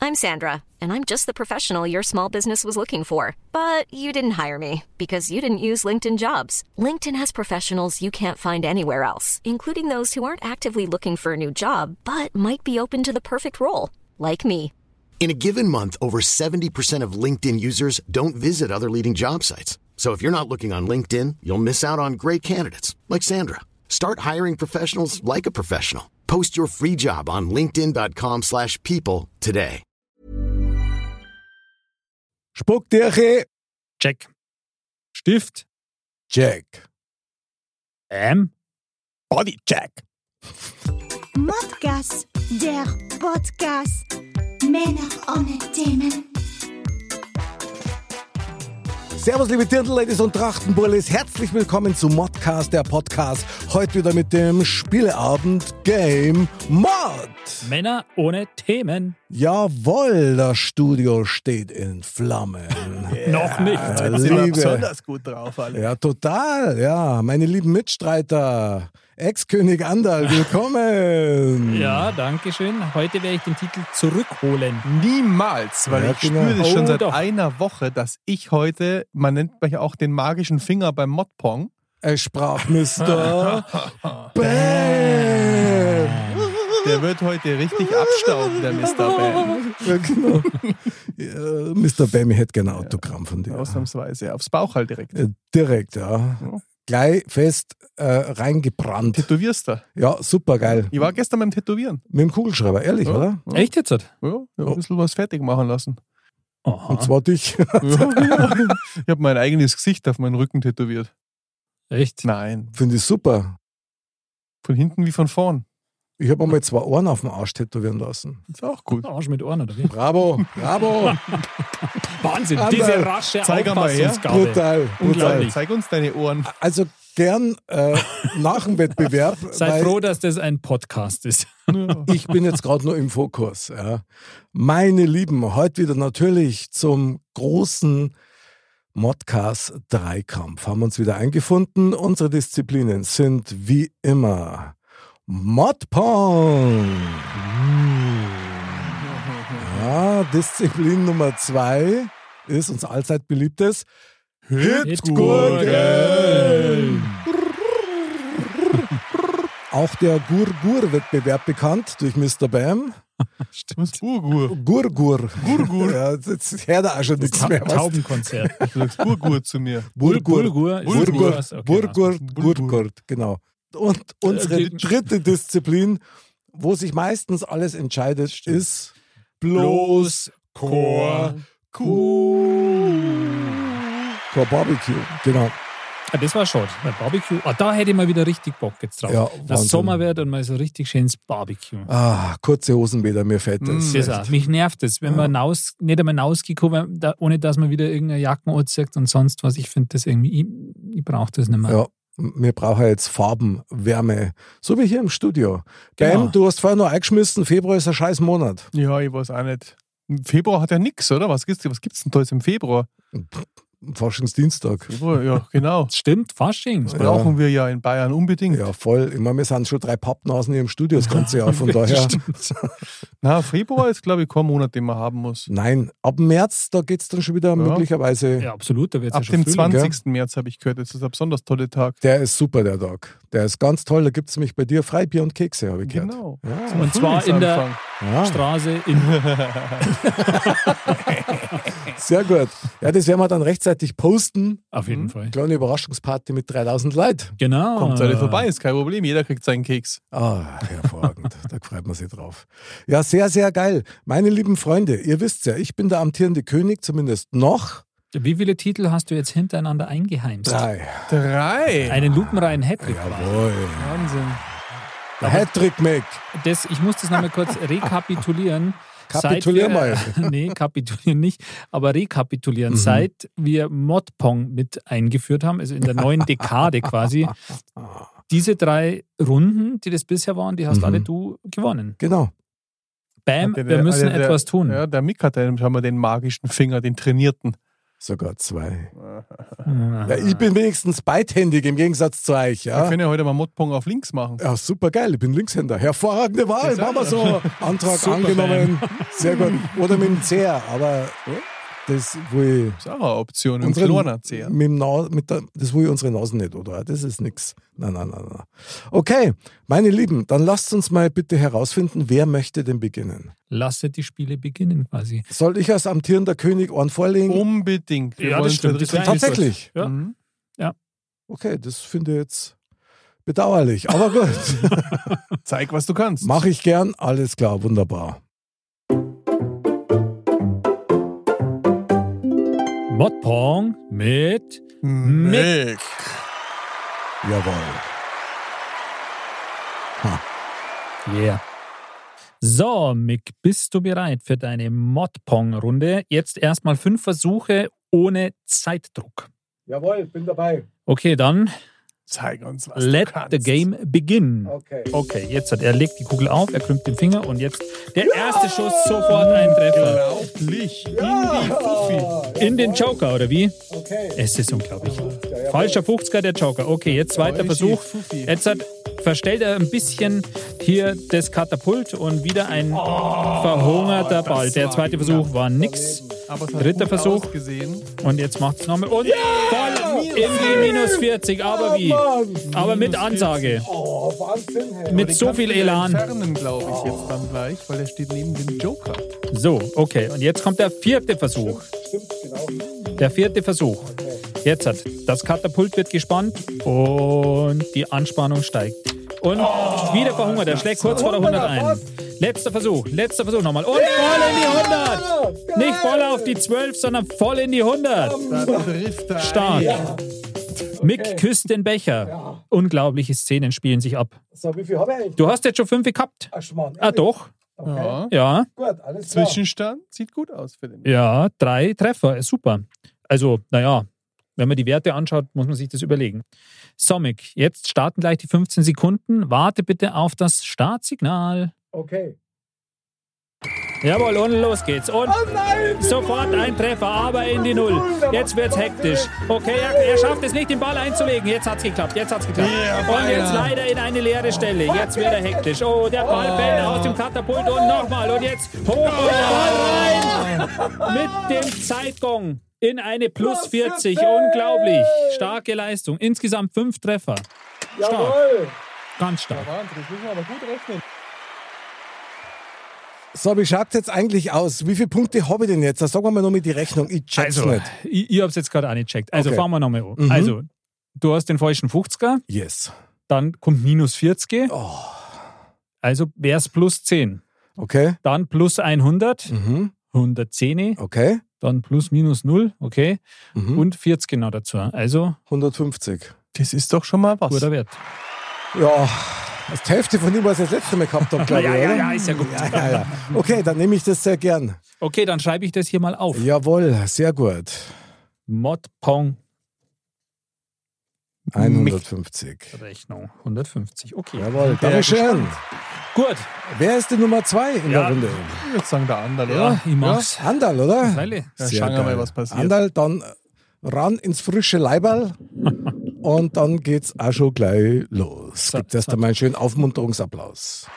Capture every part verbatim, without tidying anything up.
I'm Sandra, and I'm just the professional your small business was looking for. But you didn't hire me because you didn't use LinkedIn Jobs. LinkedIn has professionals you can't find anywhere else, including those who aren't actively looking for a new job, but might be open to the perfect role, like me. In a given month, over seventy percent of LinkedIn users don't visit other leading job sites. So if you're not looking on LinkedIn, you'll miss out on great candidates like Sandra. Start hiring professionals like a professional. Post your free job on linkedin.com slash people today. Spuckdirche. Check. Stift. Check. Ähm. Bodycheck. Modcast, der Podcast. Männer ohne Themen. Servus, liebe Dirndl-Ladies und Trachtenbullis. Herzlich willkommen zu Modcast, der Podcast. Heute wieder mit dem Spieleabend Game Mod. Männer ohne Themen. Jawohl, das Studio steht in Flammen. Yeah. Noch nicht. Ja, Jetzt sind wir liebe, besonders gut drauf alle. Ja, total. Ja, meine lieben Mitstreiter. Ex-König Andal, willkommen. Ja, danke schön. Heute werde ich den Titel zurückholen. Niemals, weil Ja, ich genau. spüre das schon Oh, seit doch. einer Woche, dass ich heute, man nennt mich auch den magischen Finger beim Modpong. Es sprach Mister Bam. Der wird heute richtig abstauben, der Mister Bam. Ja, genau. Ja, Mister Bam, ich hätte gerne ein Autogramm von dir. Ausnahmsweise. Aufs Bauch halt direkt. Äh, Direkt, ja. Ja. Gleich fest äh, reingebrannt. Tätowierst du? Ja, super geil. Ich war gestern beim Tätowieren. Mit dem Kugelschreiber, ehrlich, Ja. oder? Ja. Echt jetzt? Ja, ich habe ein bisschen was fertig machen lassen. Aha. Und zwar dich. Ja. Ich habe mein eigenes Gesicht auf meinen Rücken tätowiert. Echt? Nein, Finde ich super. von hinten wie von vorn. Ich habe einmal zwei Ohren auf dem Arsch tätowieren lassen. Ist auch gut. Arsch mit Ohren, oder wie? Bravo, bravo. Wahnsinn, Aber diese rasche zeig einmal her. Auffassungsgabe. Brutal, brutal. Unglaublich. Zeig uns deine Ohren. Also gern äh, nach dem Wettbewerb. Sei weil froh, dass das ein Podcast ist. Ich bin jetzt gerade nur im Fokus. Ja. Meine Lieben, heute wieder natürlich zum großen Modcast Dreikampf. Haben uns wieder eingefunden. Unsere Disziplinen sind wie immer Modpong. Ja, Disziplin Nummer zwei ist uns allzeit beliebtes Hitgurgeln. Auch der Gur-Gur-Wettbewerb bekannt durch Mister Bam. Was Burgur? Gur-Gur. Gur-Gur. Ja, jetzt hört er auch schon nichts Ta mehr. Was? Taubenkonzert. Du sagst Burgur zu mir. Burgur. Bulgur. Burgur. Okay, Burgur. Burgur. Burgur. Genau. Und unsere Äh, die- dritte Disziplin, wo sich meistens alles entscheidet, ist bloß Chor Kuh. Chor Barbecue. Genau. Ah, das war schon. Bei Barbecue. Ah, da hätte ich mal wieder richtig Bock jetzt drauf. Ja, Dass Wahnsinn. Sommer wird und mal so richtig schönes Barbecue. Ah, kurze Hosenbäder, mir fällt das. Das auch. Mich nervt das, wenn man naus, nicht einmal rausgekommen, da, ohne dass man wieder irgendeine Jacken anzieht und sonst was. Ich finde das irgendwie, ich, ich brauche das nicht mehr. Ja, wir brauchen jetzt Farben, Wärme. So wie hier im Studio. Genau. Bam, du hast vorher noch eingeschmissen, Februar ist ein scheiß Monat. Ja, ich weiß auch nicht. Im Februar hat ja nichts, oder? Was gibt's, was gibt's denn da jetzt im Februar? Faschingsdienstag. Februar, ja, genau. Stimmt, Fasching. Das brauchen wir ja in Bayern unbedingt. Ja, voll. Ich meine, wir sind schon drei Pappnasen hier im Studio das ganze Jahr, von daher. Na, Februar ist, glaube ich, kein Monat, den man haben muss. Nein, ab März, da geht es dann schon wieder möglicherweise. Ja, absolut, da wird es Ab ja schon dem Frühling, gell? zwanzigsten März habe ich gehört. Das ist ein besonders toller Tag. Der ist super, der Tag. Der ist ganz toll. Da gibt es nämlich bei dir Freibier und Kekse, habe ich gehört. Genau. Ja. Zum Und zwar in der Frühlingsanfang. Ja, Straße in sehr gut. Ja, das werden wir dann rechtzeitig posten. Auf jeden Mhm. Fall. Kleine Überraschungsparty mit dreitausend Leuten. Genau. Kommt alle vorbei, ist kein Problem. Jeder kriegt seinen Keks. Ah, hervorragend. Da freut man sich drauf. Ja, sehr, sehr geil. Meine lieben Freunde, ihr wisst ja, ich bin der amtierende König, zumindest noch. Wie viele Titel hast du jetzt hintereinander eingeheimst? Drei. Drei. Einen lupenreinen Hattrick. Jawohl. Wahnsinn. Der Hattrick Mac. Das, ich muss das nochmal kurz rekapitulieren. Kapitulier Seit wir, nee, kapitulieren nicht, aber rekapitulieren. Mhm. Seit wir Modpong mit eingeführt haben, also in der neuen Dekade quasi, diese drei Runden, die das bisher waren, die hast Mhm. alle du gewonnen. Genau. Bam, Der- wir der- müssen der- etwas tun. Ja, der Mick hat den, haben wir den magischen Finger, den trainierten. Sogar zwei. Ja, ich bin wenigstens beidhändig im Gegensatz zu euch. Ja? Wir können ja heute mal Modpong auf links machen. Ja, super geil. Ich bin Linkshänder. Hervorragende Wahl. Machen wir so. Antrag Super angenommen. Sehr gut. Oder mit dem Zeher. Aber das will Das ist auch eine Option. Mit unsere, dem kleinen Zeher. mit dem Na, mit der, das will unsere Nasen nicht, oder? Das ist nix. Nein, nein, nein, nein. Okay, meine Lieben, dann lasst uns mal bitte herausfinden, wer möchte denn beginnen? Lasst die Spiele beginnen quasi. Soll ich als amtierender König einen vorlegen? Unbedingt. Wir Ja, wollen das stimmt. richtig- Das wär eigentlich Tatsächlich? Ja. Mhm. Okay, das finde ich jetzt bedauerlich. Aber gut, Zeig, was du kannst. mache ich gern. Alles klar, wunderbar. Modpong mit Mick. Jawohl. Yeah. So, Mick, bist du bereit für deine Modpong-Runde? Jetzt erstmal fünf Versuche ohne Zeitdruck. Jawohl, bin dabei. Okay, dann Zeig uns, was let du kannst. the game begin. Okay. Okay, jetzt hat er legt die Kugel auf, er krümmt den Finger und jetzt der erste Schuss, sofort ein Treffer. Unglaublich. In die Fuffi. In den Joker, oder wie? Okay. Es ist unglaublich. Falscher fünfziger, der Joker. Okay, jetzt zweiter Falschi Versuch. Fuffi. Jetzt hat, verstellt er ein bisschen hier das Katapult und wieder ein verhungerter Ball. Der zweite Versuch war nix. Aber es hat Dritter gut Versuch. ausgesehen. Und jetzt macht es nochmal. Und voll in die minus vierzig. Aber wie? Aber mit Ansage. Oh, Wahnsinn, hey. Mit Den so kannst viel du ja Elan. entfernen, glaube ich, jetzt dann gleich, weil er steht neben dem Joker. So, okay. Und jetzt kommt der vierte Versuch. Stimmt, genau. Der vierte Versuch. Jetzt hat das Katapult wird gespannt und die Anspannung steigt. Und wieder verhungert. Er schlägt kurz vor der hundert ein. Letzter Versuch. Letzter Versuch nochmal. Und voll in die hundert. Nicht voll auf die zwölf, sondern voll in die hundert. Da trifft er. Stark. ein. Mick küsst den Becher. Unglaubliche Szenen spielen sich ab. So, wie viel habe ich eigentlich? Du hast jetzt schon fünf gehabt. Ach, Schmarrn, Ah, ehrlich? doch. Okay. Ja. Ja. Gut, alles klar. Zwischenstand sieht gut aus für den. Ja, drei Treffer. Super. Also, naja, wenn man die Werte anschaut, muss man sich das überlegen. So, Mick, jetzt starten gleich die fünfzehn Sekunden. Warte bitte auf das Startsignal. Okay. Jawohl, und los geht's. Und sofort ein Treffer, aber in die Null. Jetzt wird's hektisch. Okay, er, er schafft es nicht, den Ball einzulegen. Jetzt hat's geklappt, jetzt hat's geklappt. Und jetzt leider in eine leere Stelle. Jetzt wird er hektisch. Oh, der Ball fällt aus dem Katapult und nochmal. Und jetzt hoch und voll rein. Mit dem Zeitgong in eine plus vierzig. Unglaublich. Starke Leistung. Insgesamt fünf Treffer. Stark. Jawohl. Ganz stark. Wahnsinn, das müssen wir aber gut rechnen. So, wie schaut es jetzt eigentlich aus? Wie viele Punkte habe ich denn jetzt? Sagen wir mal noch mit die Rechnung. Ich check's Also, nicht. ich, ich habe es jetzt gerade auch nicht gecheckt. Also Okay. fangen wir nochmal an. Mhm. Also, du hast den falschen fünfziger, Yes. dann kommt minus vierzig, Oh. also wäre es plus zehn. Okay. Dann plus hundert, Mhm. hundertzehn, Okay. dann plus minus null, okay, Mhm. und vierzig genau dazu. Also, hundertfünfzig. Das ist doch schon mal was. guter Wert. Ja, das ist die Hälfte von dem, was ich das letzte Mal gehabt habe, glaube ich. Ja, ja, oder? ja, ist ja gut. Ja, ja, ja. Okay, dann nehme ich das sehr gern. Okay, dann schreibe ich das hier mal auf. Jawohl, sehr gut. Modpong hundertfünfzig. Rechnung hundertfünfzig. Okay. Jawohl, Sehr Dankeschön. Gut. Wer ist die Nummer zwei in Ja. der Runde? Ich würde sagen, der andere, Ja, oder? ich mag's. Andal, oder? Freilich. Ja, Sehr schauen wir mal, geil. was passiert. Andal, dann ran ins frische Leiberl und dann geht's auch schon gleich los. So, Gibt erst so. einmal einen schönen Aufmunterungsapplaus.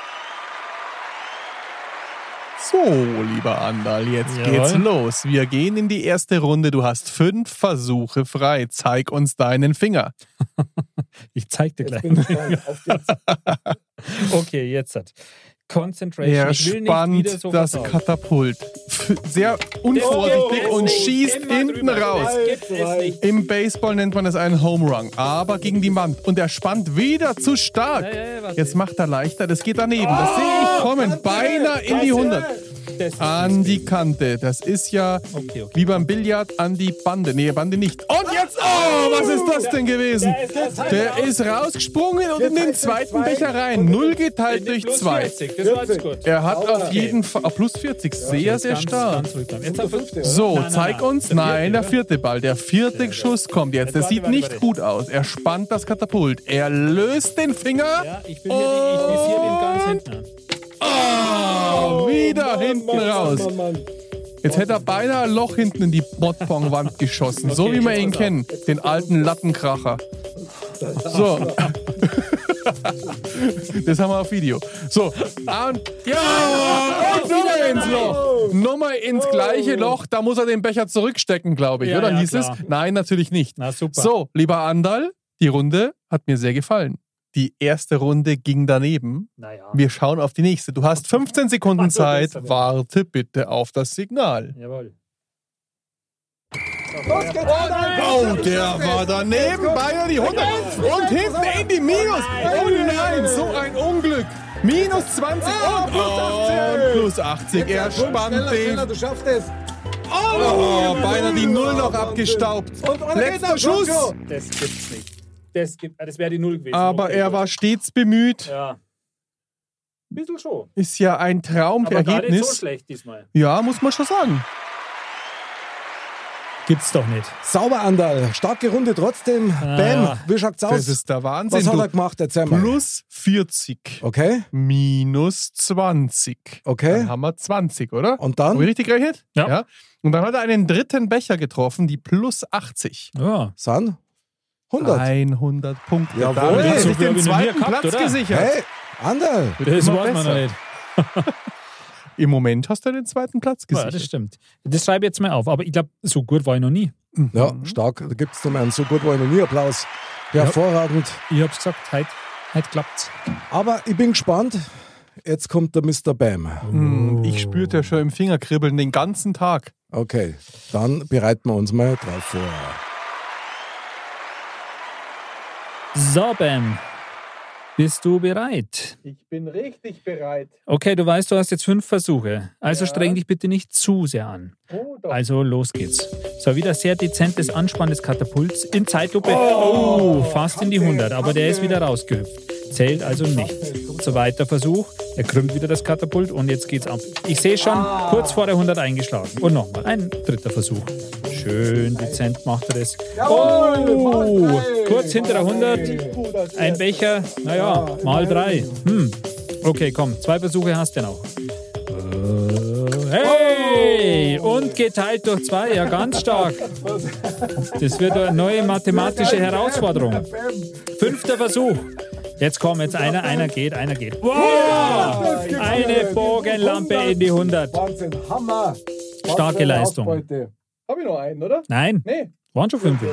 So, lieber Andal, jetzt Jawohl. geht's los. Wir gehen in die erste Runde. Du hast fünf Versuche frei. Zeig uns deinen Finger. Ich zeig dir gleich. Auf geht's. Okay, jetzt hat. Concentration. Er Ich will nicht spannt wieder so das versauen. Katapult. F- Sehr unvorsichtig Der und gibt es schießt nicht. Immer hinten drüber. raus. Das gibt es nicht. Im Baseball nennt man es einen Home Run, aber gegen die Wand. Und er spannt wieder zu stark. Ja, ja, ja, warte. Jetzt macht er leichter, das geht daneben. Das sehe ich kommen. Beinahe in die hundert. Das ist An die Kante. Das ist ja Okay, okay. wie beim Billard an die Bande. Nee, Bande nicht. Und jetzt, oh, was ist das denn gewesen? Der ist rausgesprungen und in den zweiten Becher rein. Null geteilt durch Plus zwei. vierzig, das war jetzt gut. Er hat auf jeden Fall oh, plus vierzig. Sehr, sehr Ganz, stark. ganz ruhig bleiben. Jetzt auf fünfzig. So, Nein, nein, zeig nein. uns. Der Nein, vierte, der oder? vierte Ball. Der vierte Schuss kommt jetzt. Das Warte, sieht warte, nicht warte. gut aus. Er spannt das Katapult. Er löst den Finger. Ja, ich, bin hier, ich visiere den ganz hinten an. Oh, wieder hinten raus. Jetzt hätte er beinahe ein Loch hinten in die Modpong-Wand geschossen. So wie wir ihn kennen. Den alten Lattenkracher. So. Das haben wir auf Video. So. Und, ja! Und nochmal ins Loch. Nochmal ins gleiche Loch. Da muss er den Becher zurückstecken, glaube ich. Ja, oder ja, hieß klar. es? Nein, natürlich nicht. Na super. So, lieber Andal, die Runde hat mir sehr gefallen. Die erste Runde ging daneben. Naja. Wir schauen auf die nächste. Du hast fünfzehn Sekunden Zeit. Warte bitte auf das Signal. Jawohl. Oh, der war daneben. Beinahe die hundert. Und hinten in die Minus. Oh nein, so ein Unglück. Minus zwanzig und plus achtzig. Er spannt den. Du schaffst es. Oh, beinahe die Null noch abgestaubt. Letzter Schuss. Das gibt's nicht. Das, gibt, das wäre die Null gewesen. Aber Okay, er gut. war stets bemüht. Ja. Ein bisschen schon. Ist ja ein Aber gar nicht so Traumergebnis. schlecht diesmal. Ja, muss man schon sagen. Gibt's doch nicht. Sauber, Andal. Starke Runde trotzdem. Ah, Bam. ja. Wie schaut's aus? Das ist der Wahnsinn. Was hat du. er gemacht? Erzähl mal. Plus vierzig. Okay. Minus zwanzig. Okay. Dann haben wir zwanzig, oder? Und dann? Haben wir richtig gerechnet? Ja. Und dann hat er einen dritten Becher getroffen, die plus achtzig. Ja. San? hundert. hundert Punkte. Jawohl. Damit hat er sich So viel den hab ich noch nie zweiten gehabt, Platz oder? gesichert. Hey, Andal. Das immer weiß man besser. noch nicht. Im Moment hast du den zweiten Platz Ja, gesichert. das stimmt. Das schreibe ich jetzt mal auf. Aber ich glaube, so gut war ich noch nie. Ja, stark. Da gibt's nochmal einen so gut war ich noch nie Applaus. Hervorragend. Ich hab's gesagt, heute, heute klappt's. Aber ich bin gespannt. Jetzt kommt der Mister Bam. Hm, Ich spürte ja schon im Fingerkribbeln den ganzen Tag. Okay, dann bereiten wir uns mal drauf vor. So, Bam. Bist du bereit? Ich bin richtig bereit. Okay, du weißt, du hast jetzt fünf Versuche. Also streng dich bitte nicht zu sehr an. Oh, doch. Also los geht's. So, wieder sehr dezentes Anspannen des Katapults in Zeitlupe. Oh, fast in die hundert, aber der ist wieder rausgehüpft. Zählt also nicht. Zweiter Versuch. Er krümmt wieder das Katapult und jetzt geht's ab. Ich sehe schon, kurz vor der hundert eingeschlagen. Und nochmal, ein dritter Versuch. Schön dezent macht er das. Oh, kurz hinter der hundert. Ein Becher, naja, mal drei. Hm. Okay, komm, zwei Versuche hast du noch. Hey! Und geteilt durch zwei, ja ganz stark. Das wird eine neue mathematische Herausforderung. Fünfter Versuch. Jetzt komm, jetzt einer, einer geht, einer geht. Wow! Eine Bogenlampe in die hundert. Wahnsinn, Hammer. Starke Leistung. Habe ich noch einen, oder? Nein, Nee. waren schon fünf.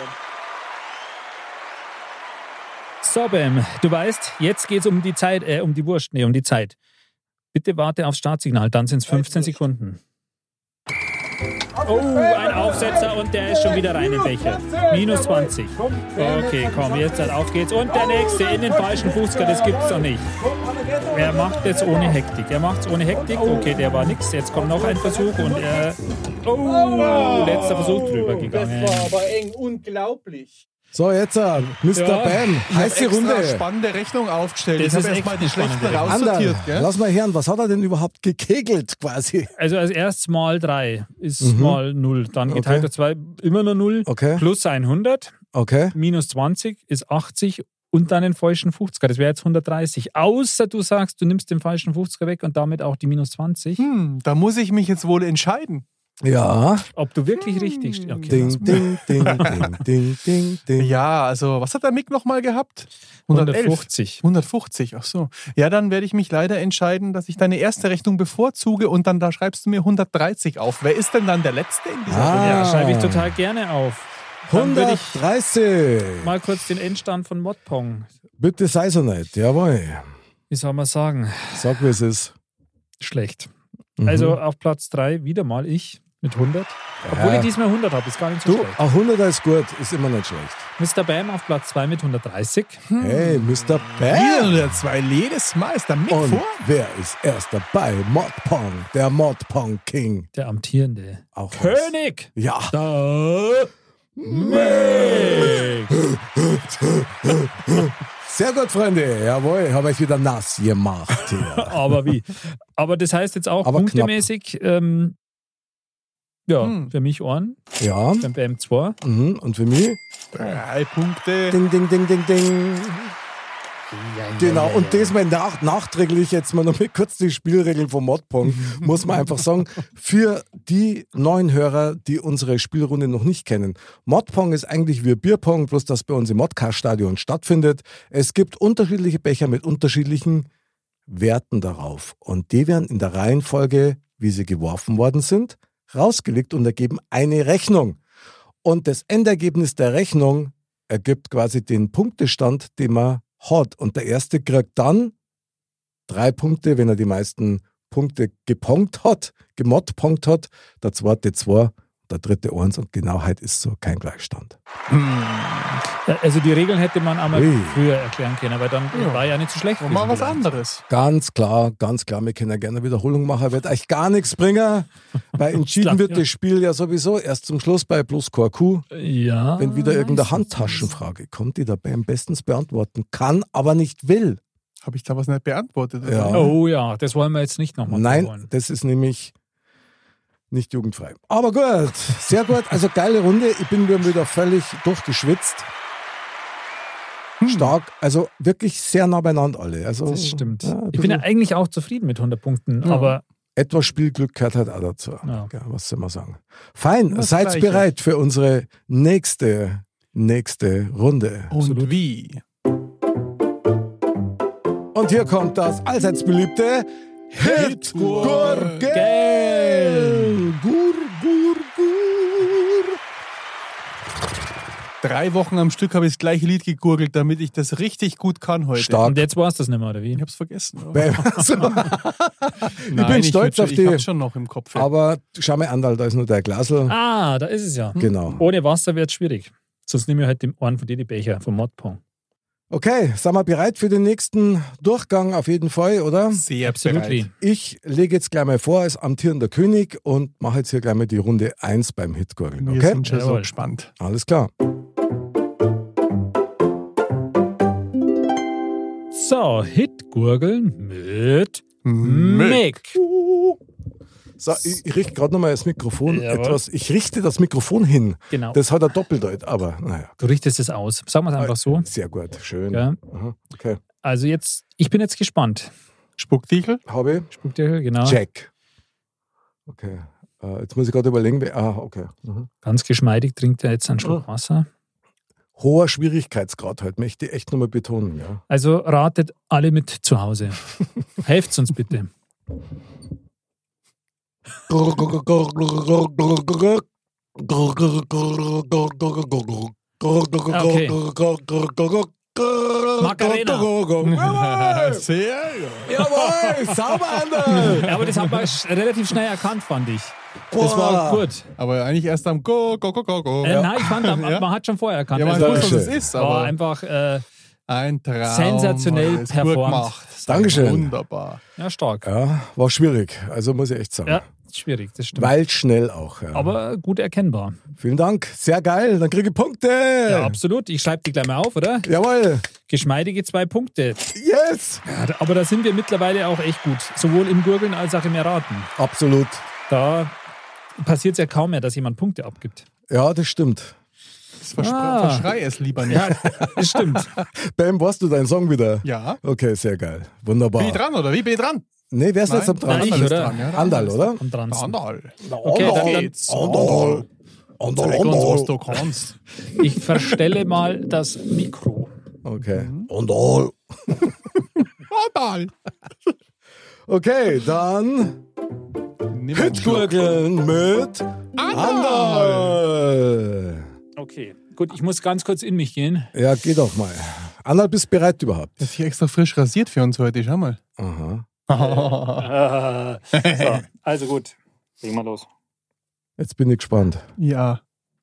So, Bam, du weißt, jetzt geht's um die Zeit, äh, um die Wurst, nee, um die Zeit. Bitte warte aufs Startsignal, dann sind es fünfzehn Sekunden. Oh, ein Aufsetzer und der ist schon wieder rein im Becher. Minus zwanzig. Okay, komm, jetzt halt auf geht's. Und der nächste in den falschen Fußgänger, das gibt's doch nicht. Er macht jetzt ohne Hektik. Er macht's ohne Hektik. Okay, der war nix. Jetzt kommt noch ein Versuch und er... Oh, letzter Versuch drüber gegangen. aber eng, unglaublich. So, jetzt äh, Mister Ja. Bam, heiße Extra Runde. spannende Rechnung aufgestellt. Das ich ist habe echt erstmal die eine schlechten spannende Rechnung. raussortiert. Andal, Gell? lass mal hören, was hat er denn überhaupt gekegelt quasi? Also als erstes mal drei ist mal null. Dann geteilt Okay. durch zwei immer nur null. Okay. Plus hundert. Okay. Minus zwanzig ist achtzig und dann den falschen fünfziger. Das wäre jetzt hundertdreißig. Außer du sagst, du nimmst den falschen fünfziger weg und damit auch die minus zwanzig. Hm, da muss ich mich jetzt wohl entscheiden. Ja. Ob du wirklich richtig stehst. Okay, Ding, lass mal. ding, ding, ding, ding, ding, ding. Ja, also was hat der Mick nochmal gehabt? hundertelf. hundertfünfzig. hundertfünfzig, ach so. Ja, dann werde ich mich leider entscheiden, dass ich deine erste Rechnung bevorzuge und dann da schreibst du mir hundertdreißig auf. Wer ist denn dann der Letzte in dieser Ah. Runde? Ja, schreibe ich total gerne auf. Dann würde ich hundertdreißig. mal kurz den Endstand von Modpong. Bitte sei so nett. Jawohl. Wie soll man sagen? Sag, wie es ist. Schlecht. Mhm. Also auf Platz drei wieder mal ich mit hundert. Obwohl Ja. ich diesmal hundert habe, ist gar nicht so Du, schlecht. auch hunderter ist gut, ist immer nicht schlecht. Mister Bam auf Platz zwei mit hundertdreißig. Hey, Mister Wieder Bam. der zwei jedes Mal ist der Mick Und vor. wer ist erst dabei? Modpong, der Modpong King. Der amtierende Auch was. König. Ja. Da Mick. Sehr gut, Freunde. Jawohl, habe ich wieder nass gemacht hier. Aber wie? Aber das heißt jetzt auch Aber punktemäßig, ähm, ja, Hm. für mich Ohren, Ja. beim B M zwei. Mhm. Und für mich? Drei Punkte. Ding, ding, ding, ding, ding. Genau, und das mal nach, nachträglich jetzt mal noch mal kurz die Spielregeln vom Modpong, muss man einfach sagen, für die neuen Hörer, die unsere Spielrunde noch nicht kennen. Modpong ist eigentlich wie Bierpong, bloß dass bei uns im Modcast-Stadion stattfindet. Es gibt unterschiedliche Becher mit unterschiedlichen Werten darauf und die werden in der Reihenfolge, wie sie geworfen worden sind, rausgelegt und ergeben eine Rechnung. Und das Endergebnis der Rechnung ergibt quasi den Punktestand, den man hat. Und der Erste kriegt dann drei Punkte, wenn er die meisten Punkte geponkt hat, gemodponkt hat. Der Zweite zwei, der Dritte eins und genau heute ist so kein Gleichstand. Ja, also die Regeln hätte man einmal Ui. früher erklären können, weil dann Ja. war ja nicht so schlecht. Und mal was gewesen. anderes. Ganz klar, ganz klar, wir können ja gerne eine Wiederholung machen, wird euch gar nichts bringen, weil entschieden Klar, wird ja. das Spiel ja sowieso erst zum Schluss bei Plus Q Q, Ja. wenn wieder irgendeine Handtaschenfrage kommt, die dabei am besten beantworten kann, aber nicht will. Habe ich da was nicht beantwortet? Oder? Ja. Oh ja, das wollen wir jetzt nicht nochmal Nein, wollen. das ist nämlich nicht jugendfrei. Aber gut, sehr gut. Also geile Runde. Ich bin wieder völlig durchgeschwitzt. Stark. Also wirklich sehr nah beieinander alle. Also, Das stimmt. Ja, ein ich bin ja bisschen- eigentlich auch zufrieden mit hundert Punkten, Ja. aber etwas Spielglück gehört halt auch dazu. Ja. Ja, was soll man sagen? Fein, Das seid Gleiche. bereit für unsere nächste, nächste Runde. Und wie? Und hier kommt das allseits beliebte Hitgurgel. Gur, gur, gur. Drei Wochen am Stück habe ich das gleiche Lied gegurgelt, damit ich das richtig gut kann heute. Stark. und jetzt war es das nicht mehr, oder wie? Ich habe es vergessen. aber- Beim- Also, ich Nein, bin stolz würd auf schon- die. Ich habe schon noch im Kopf. Ja. Aber schau mal an, da ist nur der Glasl. Ah, da ist es ja. Genau. Ohne Wasser wird es schwierig. Sonst nehme ich halt den einen von dir die Becher vom Modpong. Okay, sind wir bereit für den nächsten Durchgang auf jeden Fall, oder? Sehr Absolut. bereit. Ich lege jetzt gleich mal vor als amtierender König und mache jetzt hier gleich mal die Runde eins beim Hitgurgeln. Wir Okay? sind schon so Jawohl. gespannt. Alles klar. So, Hitgurgeln mit Mick. Mick. So, ich, ich richte gerade nochmal das Mikrofon Jawohl. etwas. Ich richte das Mikrofon hin. Genau. Das hat er Doppeldeut, aber naja. Du richtest es aus. Sagen wir es einfach so. Sehr gut, schön. Ja. Aha, okay. Also jetzt, ich bin jetzt gespannt. Spucktiegel? Habe ich? Spuckt ihr, genau. Jack. Okay. Äh, jetzt muss ich gerade überlegen. Wer, ah, okay. Mhm. Ganz geschmeidig trinkt er jetzt einen Schluck Wasser. Hoher Schwierigkeitsgrad halt, möchte ich echt nochmal betonen. Ja. Also ratet alle mit zu Hause. Helft uns bitte. Macarena. Jawohl! Sehr Jawohl! Sauber, Anderl! Ja, aber das hat man sch- relativ schnell erkannt, fand ich. Das war Boah. gut. Aber eigentlich erst am Go, Go, Go, Go, Go. Äh, Nein, ich fand, man, Ja. man hat schon vorher erkannt. Ja, man Also, weiß, was es Dankeschön. ist, war aber einfach äh, ein Traum. sensationell was es gut performt. gemacht. Dankeschön. Wunderbar. ja, stark. Ja, war schwierig. Also muss ich echt sagen. Ja, schwierig, das stimmt. Weil schnell auch. Ja. Aber gut erkennbar. Vielen Dank. Sehr geil. Dann kriege ich Punkte. Ja, absolut. Ich schreibe die gleich mal auf, oder? Jawohl. Geschmeidige zwei Punkte. Yes. Ja, da- aber da sind wir mittlerweile auch echt gut. Sowohl im Gurgeln als auch im Erraten. Absolut. Da passiert es ja kaum mehr, dass jemand Punkte abgibt. Ja, das stimmt. Das verspr- Ah. Verschrei es lieber nicht. Ja, das stimmt. Bam, warst du deinen Song wieder? Ja. Okay, sehr geil. Wunderbar. Bin ich dran, oder wie? Bin ich dran? Nee, wer ist denn jetzt am Nein, dran? Nein, ich, Anderl ist oder? dran, ja. Der Andal, Anderl ist oder? Am Der dransten. Andal. Okay, dann, dann, Geht's. Andal. Andal, Zeig uns, was Andal. du kannst. ich verstelle mal das Mikro. Okay. Andal. Andal. Okay, dann Nimm einen Schluck. Hitgurgeln mit Andal. Okay, gut, ich muss ganz kurz in mich gehen. Ja, geh doch mal. Andal, bist du bereit überhaupt? Das ist hier extra frisch rasiert für uns heute. Schau mal. Aha. so, also gut, legen wir los. Jetzt bin ich gespannt. Ja.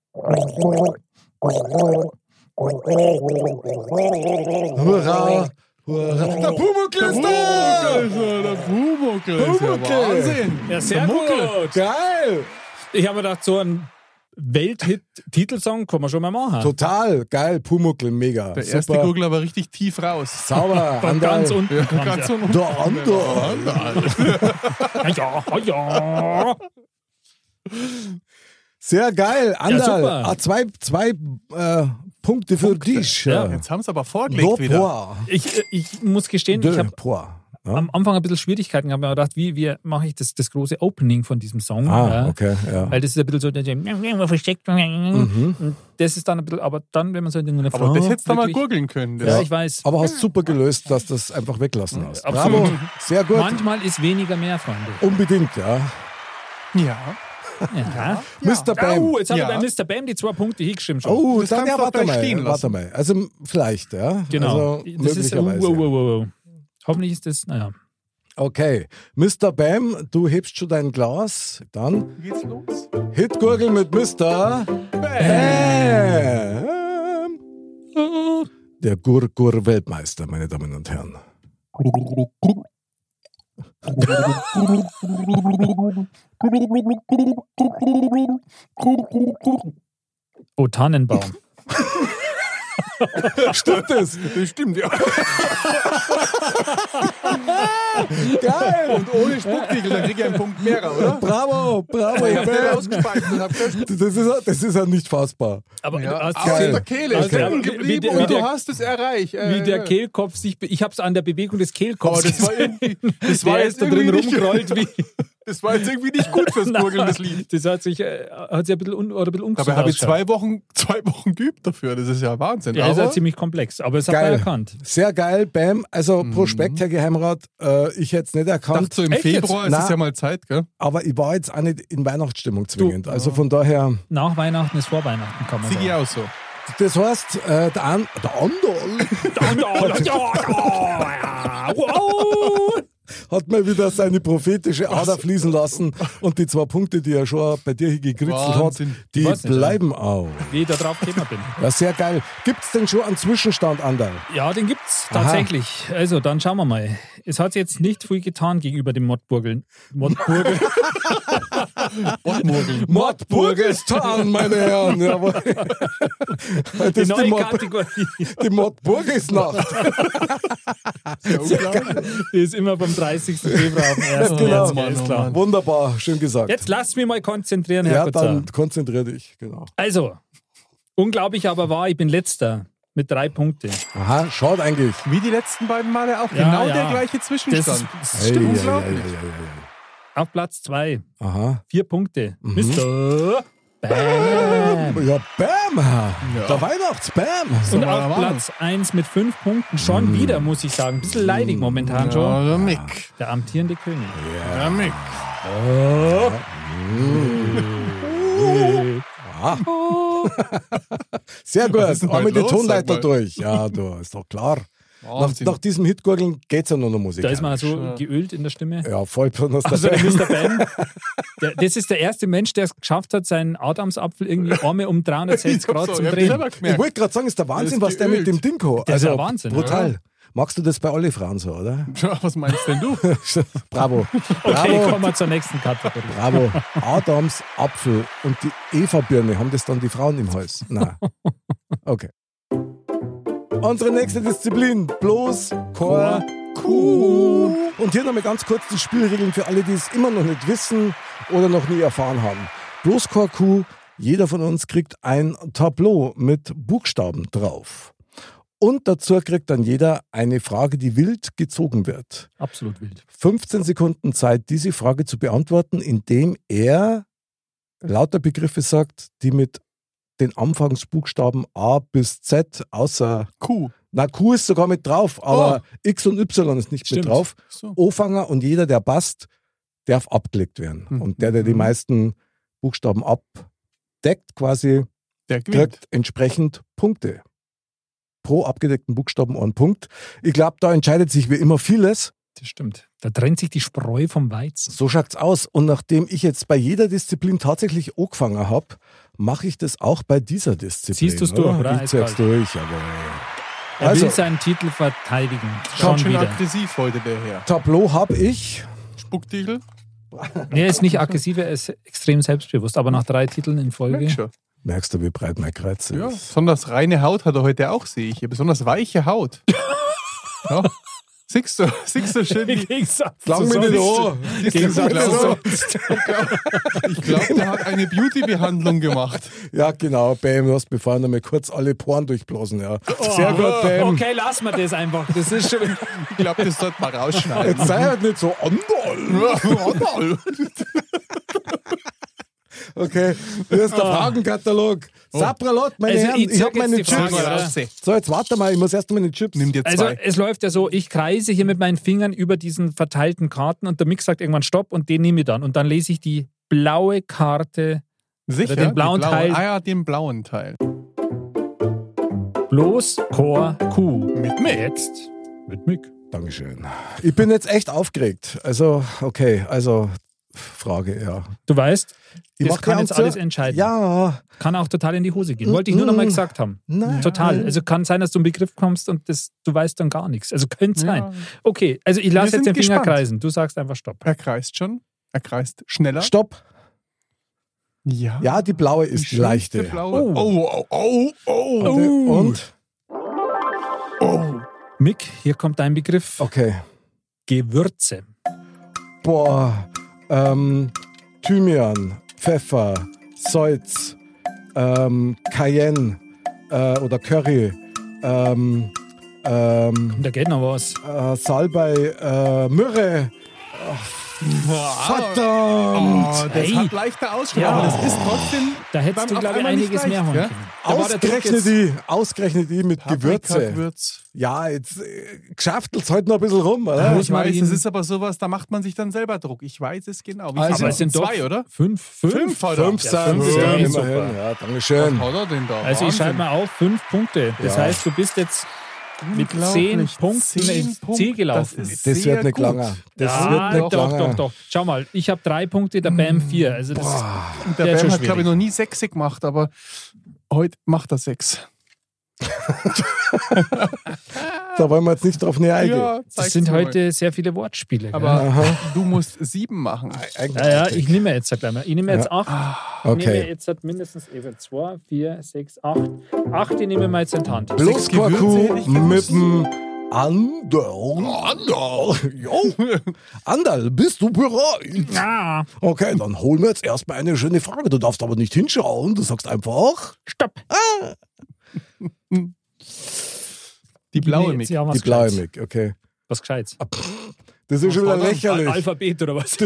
Hurra! Hurra! Der Pumuckl ist da! Der Pumuckl ist ja Pumuckl. Wahnsinn. Ja, sehr gut. Geil! Ich habe mir gedacht, so ein Welthit-Titelsong kann man schon mal machen. Total geil, Pumuckl, mega. Der erste Super. Gurgler war richtig tief raus. Sauber, Von Andal. ganz unten. Ja, kommt ganz er. unten. Der Andal. Ja, ja. Sehr geil, Andal. super. Ah, zwei zwei äh, Punkte für dich. Ja. Jetzt haben sie aber vorgelegt No wieder. point. Ich, ich muss gestehen, De ich habe point. Ja? am Anfang ein bisschen Schwierigkeiten gehabt. Ich habe mir gedacht, wie, wie mache ich das, das große Opening von diesem Song? Ah, ja? okay, ja. Weil das ist ein bisschen so, der versteckt. Mhm. Und das ist dann ein bisschen, aber dann, wenn man so in eine Aber das hättest du mal gurgeln können. Das. Ja, ich weiß. Aber hast super gelöst, dass du das einfach weglassen hast. Absolut. Bravo, sehr gut. Manchmal ist weniger mehr, Freunde. Unbedingt, ja. Ja. Ja. Mister Bam. Oh, jetzt habe Ja. ich bei Mister Bam die zwei Punkte hingeschrieben schon. Oh, Das dann kannst ja, du auch warte gleich mal, stehen warte lassen. mal. Also vielleicht, ja. Genau. Also, das ist, wow, möglicherweise. wow, wow, wow. Hoffentlich ist das, naja. Okay, Mister Bam, du hebst schon dein Glas. Dann Geht's los? Hitgurgel mit Mister Bam. Der Gurgur-Weltmeister, meine Damen und Herren. Oh, Tannenbaum. Stimmt das? Das stimmt, ja. Geil! Und ohne Spucktiegel, dann krieg ich einen Punkt mehr, oder? Bravo, bravo, Ich hab den Bam. ausgespeichert und hab gehört. Das ist, das ist ja nicht fassbar. Aber Ja, du hast aus Geil. der Kehle ist Also, der wie- geblieben wie der- und wie du der- hast es erreicht. Äh, wie der Kehlkopf sich, be- ich habe es an der Bewegung des Kehlkopfs Aber das war gesehen. irgendwie- das war der jetzt ist da drin irgendwie nicht- rumgerollt wie... Das war jetzt irgendwie nicht gut fürs Gurgeln, das Lied. Das hat sich, äh, hat sich ein bisschen, un, oder ein bisschen ungesund Dabei habe ich ausgeschaut. zwei Wochen, zwei Wochen geübt dafür. Das ist ja Wahnsinn. Ja, ist ja aber ziemlich komplex, aber es hat man Geil. erkannt. Sehr geil, Bam. Also Prospekt, Herr Geheimrat, äh, ich hätte es nicht erkannt, dachte so im Echt jetzt? Februar ist Na. es ja mal Zeit, gell? aber ich war jetzt auch nicht in Weihnachtsstimmung zwingend. Also von daher, Nach Weihnachten ist vor Weihnachten, kann man Sigi sagen. auch so. das heißt, äh, der, An der Andal hat mal wieder seine prophetische Ader fließen lassen und die zwei Punkte, die er schon bei dir hier gekritzelt hat, Wahnsinn. die weiß nicht, bleiben auch. Wie ich da drauf gekommen bin. Ja, sehr geil. Gibt es denn schon einen Zwischenstand, Andal? Ja, den gibt's Aha. tatsächlich. Also, dann schauen wir mal. Es hat sich jetzt nicht viel getan gegenüber dem Mottburgeln. Mottburgeln. Wortmurgeln. Mordburgistan, meine Herren. Jawohl. Das Die ist neue die, Mod Kategorie. die Mordburgisnacht. Die ist immer vom dreißigsten Februar auf den ersten Genau. März. Ja, ist klar. Wunderbar, schön gesagt. Jetzt lasst mich mal konzentrieren, Herr ja, Kutzer. dann konzentrier dich. Genau. Also, unglaublich aber wahr, ich bin Letzter mit drei Punkten. Aha, schaut eigentlich. Wie die letzten beiden Male auch. Ja, genau ja. der gleiche Das, Zwischenstand. ist, das Ei, stimmt. ei, unglaublich. ei, ei, ei, Auf Platz zwei, ei. Aha. vier Punkte. Mhm. Mister Bam. Ja, Bam! Der Weihnachtsbam! Und mal auf machen. Platz eins mit fünf Punkten schon wieder, muss ich sagen. Ein bisschen leidig momentan Ja, schon. der Mick. Der amtierende König. Der Mick. Sehr gut. ist denn Einmal heute die los, sag Tonleiter mal? durch. Ja, du, ist doch klar. Nach, Wahnsinn. nach diesem Hitgurgeln geht's ja nur noch Musik. Da ist man so geölt in der Stimme. Ja, voll besonders Also der dabei. Mister Bam, der, das ist der erste Mensch, der es geschafft hat, seinen Adamsapfel irgendwie Arme um dreihundertsechzig Grad So, zu ich hab drehen. selber Ich gemerkt. wollte gerade sagen, ist der Wahnsinn, Das was ist der mit dem geölt. Ding kann. Der ist Also ja Wahnsinn, brutal. Magst du das bei alle Frauen so, oder? Ja, was meinst denn du? Bravo. Okay, Bravo. kommen wir zur nächsten Kategorie. Bravo. Adams Apfel und die Eva-Birne, haben das dann die Frauen im Hals? Nein. Okay. Unsere nächste Disziplin, bloß Chor Kuh. Und hier nochmal ganz kurz die Spielregeln für alle, die es immer noch nicht wissen oder noch nie erfahren haben. Bloß Chor Kuh, jeder von uns kriegt ein Tableau mit Buchstaben drauf. Und dazu kriegt dann jeder eine Frage, die wild gezogen wird. Absolut wild. fünfzehn Sekunden Zeit, diese Frage zu beantworten, indem er lauter Begriffe sagt, die mit den Anfangsbuchstaben A bis Z, außer Kuh. na Q ist sogar mit drauf, aber X und Y ist nicht Stimmt. mit drauf. So. O-Fanger und jeder, der passt, darf abgelegt werden. Mhm. Und der, der die meisten Buchstaben abdeckt, quasi, Der gewinnt. kriegt entsprechend Punkte. Pro abgedeckten Buchstaben einen Punkt. Ich glaube, da entscheidet sich wie immer vieles. Das stimmt. Da trennt sich die Spreu vom Weizen. So schaut's aus. Und nachdem ich jetzt bei jeder Disziplin tatsächlich angefangen habe, mache ich das auch bei dieser Disziplin. Ziehst du's durch, oder? Ich zieh's Eiskalt. durch, jawohl. Er Also, will seinen Titel verteidigen. Schon Schaut schon wieder. aggressiv heute der Herr. Tableau habe ich. Spucktiegel? Nee, er ist nicht aggressiv, er ist extrem selbstbewusst. Aber nach drei Titeln in Merk Folge. schon. Merkst du, wie breit mein Kreuz ist? Ja, besonders reine Haut hat er heute auch, sehe ich. Ja, besonders weiche Haut. Ja. Siehst du, siehst du schön, wie... Gegensatz Lang zu mir nicht sonst. an. Gegensatz zu sonst. Ich glaube, der hat eine Beauty-Behandlung gemacht. Ja, genau, Bam, du hast mir vorhin einmal kurz alle Poren durchblasen, ja. Sehr gut, Bam. Okay, lassen wir das einfach. Das ist schon... Ich glaube, das sollte man rausschneiden. Jetzt sei halt nicht so andal. Okay, hier ist der Fragenkatalog. Sapralot, meine Also, Herren, ich ich, sag hab meine jetzt die Frage, Chips. oder? So, jetzt warte mal, ich muss erst mal meine Chips. Nimm dir Also zwei. es läuft ja so, ich kreise hier mit meinen Fingern über diesen verteilten Karten und der Mix sagt irgendwann Stopp und den nehme ich dann. Und dann lese ich die blaue Karte, Sicher? den blauen Die blaue- Teil. Ah ja, den blauen Teil. bloß Chor Q. Mit Mick. Jetzt mit Mick. Dankeschön. Ich bin jetzt echt aufgeregt. Also, okay, also Frage, ja. Du weißt, Ich das mach kann die jetzt Antwort- alles entscheiden. Ja, Kann auch total in die Hose gehen. Wollte ich nur noch mal gesagt haben. nein. Total. Also kann sein, dass du einen Begriff kommst und das, du weißt dann gar nichts. Also könnte sein. Ja. Okay, also ich lasse Wir jetzt den sind Finger gespannt. kreisen. Du sagst einfach Stopp. Er kreist schon. Er kreist schneller. Stopp. Ja. Ja, die blaue ist die schönste leichte. Blaue. Oh, oh, oh, oh. Und? oh. Mick, hier kommt dein Begriff. Okay. Gewürze. Boah, ähm, Thymian, Pfeffer, Salz, ähm, Cayenne äh, oder Curry, ähm, ähm, Da geht noch was. äh, Salbei, äh, Myrrhe. Verdammt! Oh, das Hey. hat leichter Ausschlag, Ja. aber das ist trotzdem Da hättest beim du, auf glaube ich, einmal nicht einiges leicht, mehr holen gell? können. Da war der Druck Ausgerechnet jetzt- die, ausgerechnet die mit Gewürze. Paprika-Gewürz. Ja, jetzt äh, geschafftelt es heute noch ein bisschen rum, oder? Ich weiß, Rosmarin. es ist aber sowas, da macht man sich dann selber Druck. Ich weiß es genau. Wie Also, viel Aber es sind doch zwei, oder? Fünf. Fünf. Fünf, oder? Fünf Ja, sind fünf es, ist ja, ja eh immerhin. super. Ja, Dankeschön. Was hat er denn da? Also ich schreibe Wahnsinn. mal auf, fünf Punkte. Das Ja. heißt, du bist jetzt mit Unglaublich. zehn Punkten Zehn ins Punkte, Ziel gelaufen. das ist- Das Sehr wird nicht gut. langer. Das ja, wird nicht doch, langer. doch, doch. Schau mal, ich habe drei Punkte, der Bam vier. Also das ist, Und der der ist Bam schon hat, glaube schwierig. ich, noch nie sechs gemacht, aber heute macht er sechs. Da wollen wir jetzt nicht drauf näher eingehen. das zeig's sind mir mal. heute sehr viele Wortspiele. Aber Aha. du musst sieben machen. Eigentlich Ja, ja, richtig. ich nehme jetzt gleich mal. Ich nehme jetzt acht. Ich nehme Okay. jetzt halt mindestens eben zwei, vier, sechs, acht. Acht, die nehme ich mal jetzt in die Hand. Bloß Gewürze Korku hätte ich gewusst. mit dem Andal. Andal. Jo. Andal, bist du bereit? Ah, Okay, dann holen wir jetzt erstmal eine schöne Frage. Du darfst aber nicht hinschauen. Du sagst einfach stopp. Die blaue Nee, Mick. jetzt ja was die blaue Gescheites. Mick. Okay. Was Gescheites. Das ist schon wieder war das? lächerlich. Al Alphabet oder was?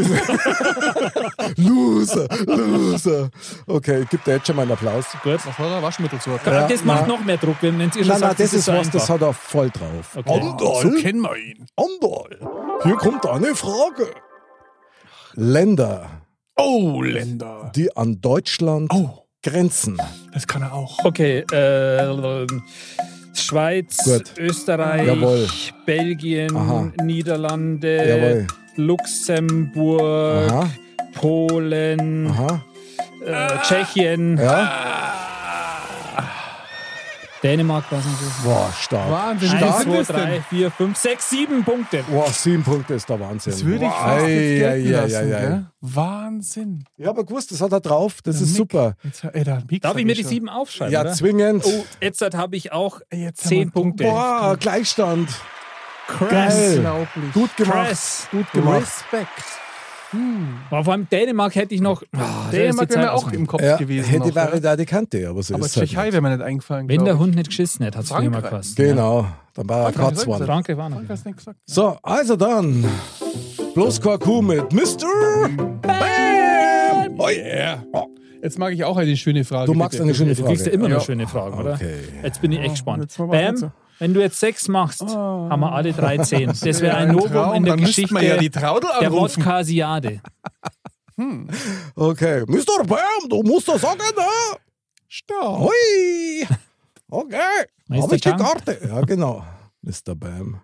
Loser, Loser. Okay, ich gebe dir jetzt schon mal einen Applaus. Gut. Was hat er? Waschmittel zu Ja, das macht na. noch mehr Druck, wenn ihr schon Nein, nein, sagt, das ist so was, das einfach. hat er voll drauf. Okay. Andal, So kennen wir ihn. Andal. Hier kommt eine Frage. Länder, Oh, Länder. die an Deutschland Oh, grenzen. das kann er auch. Okay, äh, Schweiz, Gut. Österreich, Jawohl. Belgien, Aha. Niederlande, Jawohl. Luxemburg, Aha, Polen, aha. äh, Tschechien, Ja? Dänemark war es natürlich. Boah, stark. Wahnsinn. Eins, Stark zwei, ist denn? drei, vier, fünf, sechs, sieben Punkte. Boah, sieben Punkte ist der Wahnsinn. Das würde ich Boah, fast jetzt gelten ei, ei, lassen, ei, ei. gell? Wahnsinn. Ja, aber gewusst, das hat er drauf. Das Der ist Mick. super. Jetzt, ey, der Mick Darf sag ich mir die schon. sieben aufschreiben? Ja, oder? zwingend. Oh, jetzt habe ich auch Jetzt haben zehn wir- Punkte. Boah, Gleichstand. Krass. Unglaublich. Gut gemacht. Krass. Gut gemacht. Respekt. Aber vor allem Dänemark hätte ich noch. Oh, Dänemark wäre mir auch im Kopf Ja, gewesen. hätte noch, wäre ja. da die Kante, aber so Aber ist es halt Tschechei nicht. wäre mir nicht eingefallen. Wenn glaub der ich. Hund nicht geschissen hätte, hat es früher mal Frankreich. gekostet. Genau, dann war er Frankreich, Kotzmann. soll Danke, war noch. Frank hat's nicht gesagt. So, also dann. Bloß Korku mit Mister Bam. Oh yeah. Jetzt mag ich auch eine schöne Frage. Du magst bitte. eine schöne Du kriegst ja immer Ja. noch schöne Fragen, oder? Okay. Jetzt bin ich echt gespannt. jetzt mal was Bam, wenn du jetzt sechs machst, haben wir alle drei zehn. Das wäre ein ein Novum Traum, in der dann müssten Geschichte wir ja die Traudel der anrufen. Wodkasiade. Okay, Mister Bam, du musst das sagen, ne? Stopp. Hui. Okay. Meister Habe ich die Chang? Karte? Ja, genau. Mister Bam.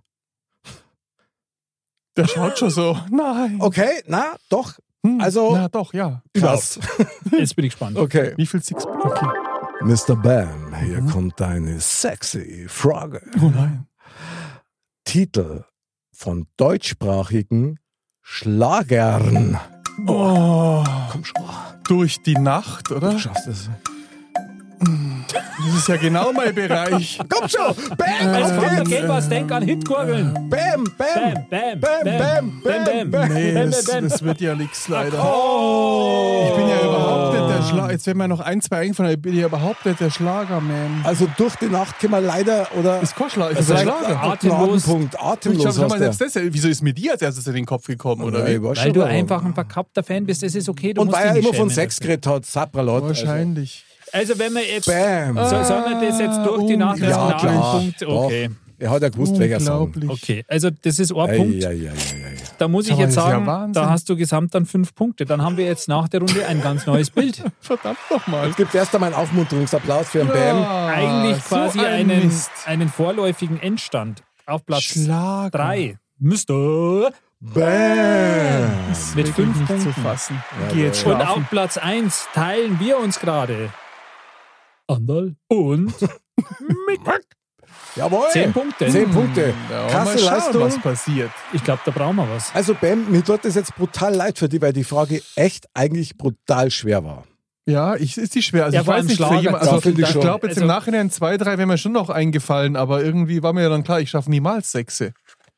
Der schaut schon so. Nein. Okay, na, doch. Hm, Also, Na doch, ja. krass. Jetzt bin ich gespannt. Okay. Wie viel Six? Okay. Mister Bam, hier kommt deine sexy Frage. Oh nein. Titel von deutschsprachigen Schlagern. Oh, Komm schon, durch die Nacht, oder? du schaffst es. Das ist ja genau mein Bereich. Komm schon! Bam! Jetzt Auf kommt der geht's! Gelbers, denk an Hitgurgeln. Bam! Bam! Bam, bam, Bam! Bam! Bam! bam, Bam! Nee, Bam, das, bam, bam. das wird ja nichts leider. Oh. Ich bin ja überhaupt nicht der Schlager. Jetzt werden mir noch ein, zwei eingefallen, ich bin ja überhaupt nicht der Schlagerman. Also durch die Nacht können wir leider, oder? Ist kein Schlager, ist Also ein vielleicht Schlager. Atemlos. Punkt. Ich Atemlos schau, schau mal, hast selbst das, wieso ist mir die als erstes in den Kopf gekommen, oder Nein, wie? war Weil schon du wahr. einfach ein verkappter Fan bist, das ist okay. Du Und musst weil er dich immer nicht von schämen Sex dafür. geredet hat, Sapralot. Wahrscheinlich. Also wenn wir jetzt... Bam! So, sollen wir das jetzt durch die Nacht als Ja, klaren klar. Punkt? Okay. Doch. Er hat ja gewusst, welcher Song. Unglaublich. Okay, also das ist ein Ei, Punkt. ei, ei, ei, ei. Da muss ich Aber jetzt das ist ja sagen, Wahnsinn. da hast du gesamt dann fünf Punkte. Dann haben wir jetzt nach der Runde ein ganz neues Bild. Verdammt nochmal. Es gibt erst einmal einen Aufmunterungsapplaus für den Bam. Eigentlich so quasi ein einen, Mist. einen vorläufigen Endstand. Auf Platz Schlager. drei. Mister Bam! Das ist Mit wirklich fünf nicht Punkten. zu fassen. Ja, Ich geh jetzt Und schlafen. auf Platz eins teilen wir uns gerade. Andal und Mick. Jawohl! Zehn Punkte. Zehn Punkte. Ja, mal Krasse schauen, Leistung. was passiert. Ich glaube, da brauchen wir was. Also Bam, mir tut das jetzt brutal leid für dich, weil die Frage echt eigentlich brutal schwer war. Ja, ich, ist die schwer. Also Ja, ich vor weiß allem nicht, für Schlager. jemand, Ja, also finde ich ich schon. glaube jetzt im Also- Nachhinein zwei, drei wären mir schon noch eingefallen, aber irgendwie war mir ja dann klar, ich schaffe niemals Sechse.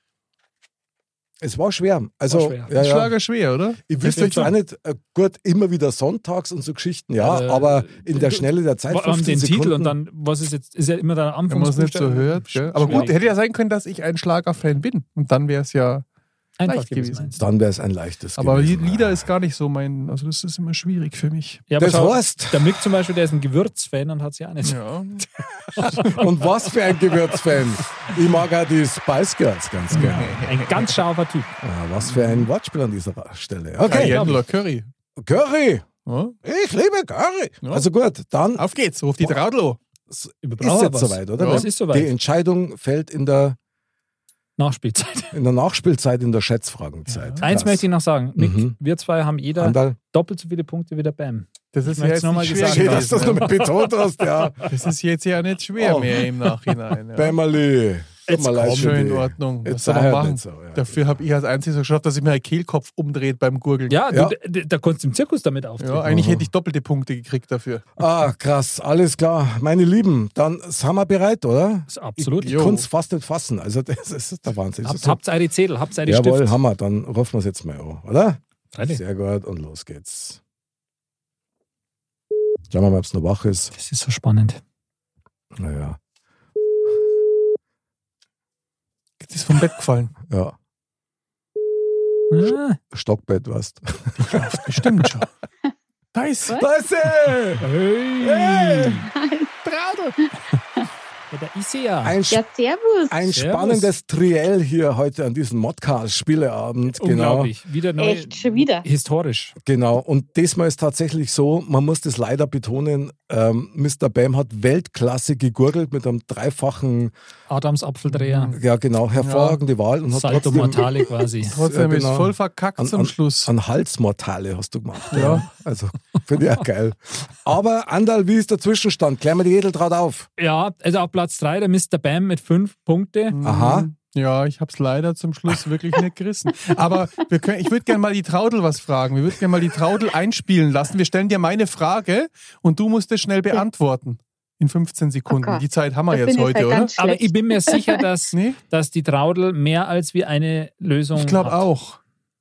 Es war schwer. Also, War schwer. Ja, ja. Schlager schwer, oder? Ich wüsste jetzt schon. auch nicht, äh, gut, immer wieder sonntags und so Geschichten, ja, Äh, aber in der Schnelle der Zeit, Wir haben fünfzehn den Sekunden. Titel und dann, was ist jetzt, ist ja immer der Wenn man es nicht so Anfangsbuchstabe. hört. Gell? Aber gut, hätte ja sein können, dass ich ein Schlagerfan bin. Und dann wäre es ja. Einfach leicht gewesen. gewesen. meinst du? Dann wäre es ein leichtes Aber gewesen. Lieder ist gar nicht so mein. Also, das ist immer schwierig für mich. Ja, aber Das schau, heißt, der Mick zum Beispiel, der ist ein Gewürzfan und hat sie auch nicht. Ja. und was für ein Gewürzfan. Ich mag auch die Spice Girls ganz gerne. Ein ganz scharfer Typ. Ja, was für ein Wortspiel an dieser Stelle. Okay, Cayenne oder Curry. Curry. Ja. Ich liebe Curry. Ja. Also gut, dann Auf geht's, ruf die Traudlo. ist Brauchen wir jetzt was. soweit, oder? Ja, es ist soweit. Die Entscheidung fällt in der, Nachspielzeit. in der Nachspielzeit, in der Schätzfragenzeit. Eins möchte ich noch sagen. Mick, Mhm. wir zwei haben jeder Andal, doppelt so viele Punkte wie der Bam. Das ist Ich ja möchte jetzt noch mal nicht gesagt schwer schön, dass du das gewesen. noch mit betont hast, ja. Das ist jetzt ja nicht schwer Oh. mehr im Nachhinein. Ja. Bämmerli. Tut Jetzt mir leid Komm, für schon in die. Ordnung. Was Jetzt soll sei man halt machen? nicht so, ja. Dafür habe ich als einziges geschafft, dass ich mir einen Kehlkopf umdreht beim Gurgeln. Ja, Ja. Du, d- da konntest du im Zirkus damit auftreten. Ja, eigentlich hätte ich doppelte Punkte gekriegt dafür. Ah, krass, alles klar. Meine Lieben, dann sind wir bereit, oder? Das ist absolut. Ich Jo. kann es fast nicht fassen. Also, das ist der Wahnsinn. Habt, Das ist so- habt ihr eure Zettel, habt ihr eure Jawohl, Stift? Hammer. Dann rufen wir es jetzt mal an, oder? Freilich. Sehr gut, und los geht's. Schauen wir mal, ob es noch wach ist. Das ist so spannend. Naja, Jetzt ist vom Bett gefallen. ja. Ah. Stockbett, weißt du. Die schlaft bestimmt schon. Da ist sie. Da ist sie! Hey. Traudel. Ja, da ist sie ja. Ein, Ja, servus. ein Servus. spannendes Triell hier heute an diesem Modcast-Spieleabend. Genau. Unglaublich. Wieder neu. Echt, schon wieder. Historisch. Genau, und diesmal ist tatsächlich so, man muss das leider betonen, ähm, Mister Bam hat Weltklasse gegurgelt mit einem dreifachen, Adams Apfeldreher. ja genau, hervorragende Wahl und hat Salto trotzdem Mortale quasi. Trotzdem Ja, genau. ist voll verkackt an, zum an, Schluss. an Halsmortale hast du gemacht. Ja. Also, finde ich auch geil. Aber Andal, wie ist der Zwischenstand? Klär mir die Edeltraut auf. Ja, also auf Platz drei der Mister Bam mit fünf Punkte. Aha. Ja, ich habe es leider zum Schluss wirklich nicht gerissen. Aber wir können, ich würde gerne mal die Traudel was fragen. Wir würden gerne mal die Traudel einspielen lassen. Wir stellen dir meine Frage und du musst es schnell beantworten. In fünfzehn Sekunden. Oh Gott. Die Zeit haben wir Da jetzt bin ich heute, halt oder? ganz Aber schlecht. ich bin mir sicher, dass, Nee? dass die Traudel mehr als wie eine Lösung Ich glaube hat. auch.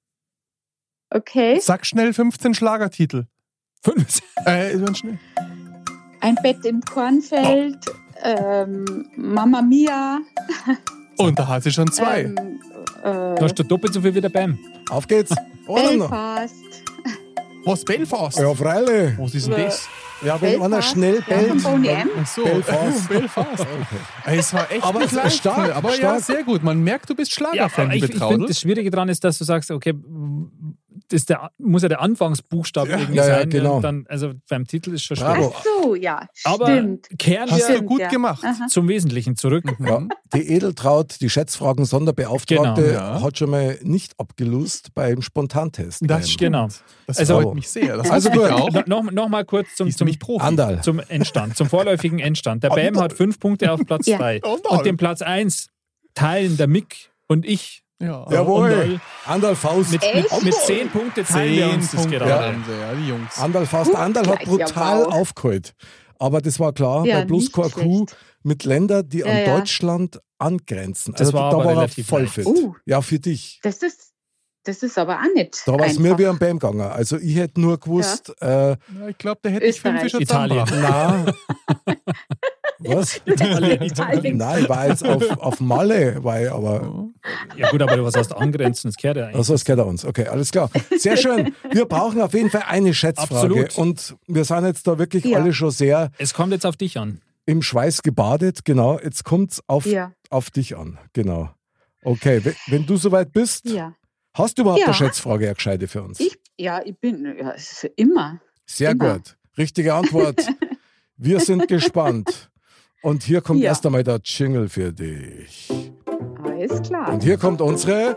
Okay. Sag schnell fünfzehn Schlagertitel. Fünf. Äh, ganz schnell. Ein Bett im Kornfeld. Ähm, Mama Mia. Und da hat sie schon zwei. Ähm, Du äh, hast doch doppelt so viel wie der Bam. Auf geht's. Oder noch? Belfast. Was, Belfast? Ja, freilich. Was ist denn das? Ja, wenn einer Belfast. schnell Ja, bellt. von Boney M. Ach so. Belfast. Belfast. Ey, es war echt Aber nicht es ist leicht. stark, Aber ja, stark. sehr gut. Man merkt, du bist Ja, Schlagerfan, aber ich, liebe ich finde, Traudel. das Schwierige daran ist, dass du sagst, okay, das ist der, muss ja der Anfangsbuchstabe irgendwie ja, ja, sein. genau. Und dann, also beim Titel ist schon Bravo. schwierig. Ach so, ja. Aber Stimmt. kehren Hast wir du gut ja. gemacht. Aha. zum Wesentlichen zurück. Ja, die Edeltraut, die Schätzfragen-Sonderbeauftragte, Genau, ja. hat schon mal nicht abgelöst beim Spontantest. Das Beim stimmt. Genau. Das Also- freut mich sehr. Das Also also gut. auch. No, noch, noch mal kurz zum, Die ist zum, nämlich Profi. Andal. zum Endstand, zum vorläufigen Endstand. Der Bam hat fünf Punkte auf Platz Ja. zwei. Und Und den Platz eins teilen der Mick und ich. Ja. Jawohl. Andal. Andal Faust. Mit, mit, mit zehn Punkte teilen wir Zehn uns das Punkte gerade. haben sie, ja, die Jungs. Andal Faust. Andal hat Gleich, ja, brutal wow. aufgeholt. Aber das war klar, Ja, bei Plus nicht Core Q schlecht. mit Ländern, die Ja, an ja. Deutschland angrenzen. Das Also war da aber war er relativ voll leicht. fit. Uh. Ja, für dich. Das ist, das ist aber auch nicht Da war es mir einfach. wie am Bam gegangen. Also ich hätte nur gewusst, äh, Ja, ich glaube, der hätte ich fünf Österreich. schon Italien. zusammengebracht. na. Was? Italien, Italien. Nein, ich war jetzt auf, auf Malle, weil, aber Ja gut, aber was heißt angrenzen? Das gehört ja eigentlich. also, das gehört uns. Okay, alles klar. Sehr schön. Wir brauchen auf jeden Fall eine Schätzfrage. Absolut. Und wir sind jetzt da wirklich Ja. alle schon sehr Es kommt jetzt auf dich an. im Schweiß gebadet. Genau, jetzt kommt es auf, Ja. auf dich an. Genau. Okay, wenn, wenn du soweit bist, Ja. hast du überhaupt Ja. eine Schätzfrage, eine gescheite für uns? Ich, ja, ich bin ja, für immer. Sehr Immer. gut. Richtige Antwort. Wir sind gespannt. Und hier kommt Ja. erst einmal der Jingle für dich. Alles klar. Und hier kommt unsere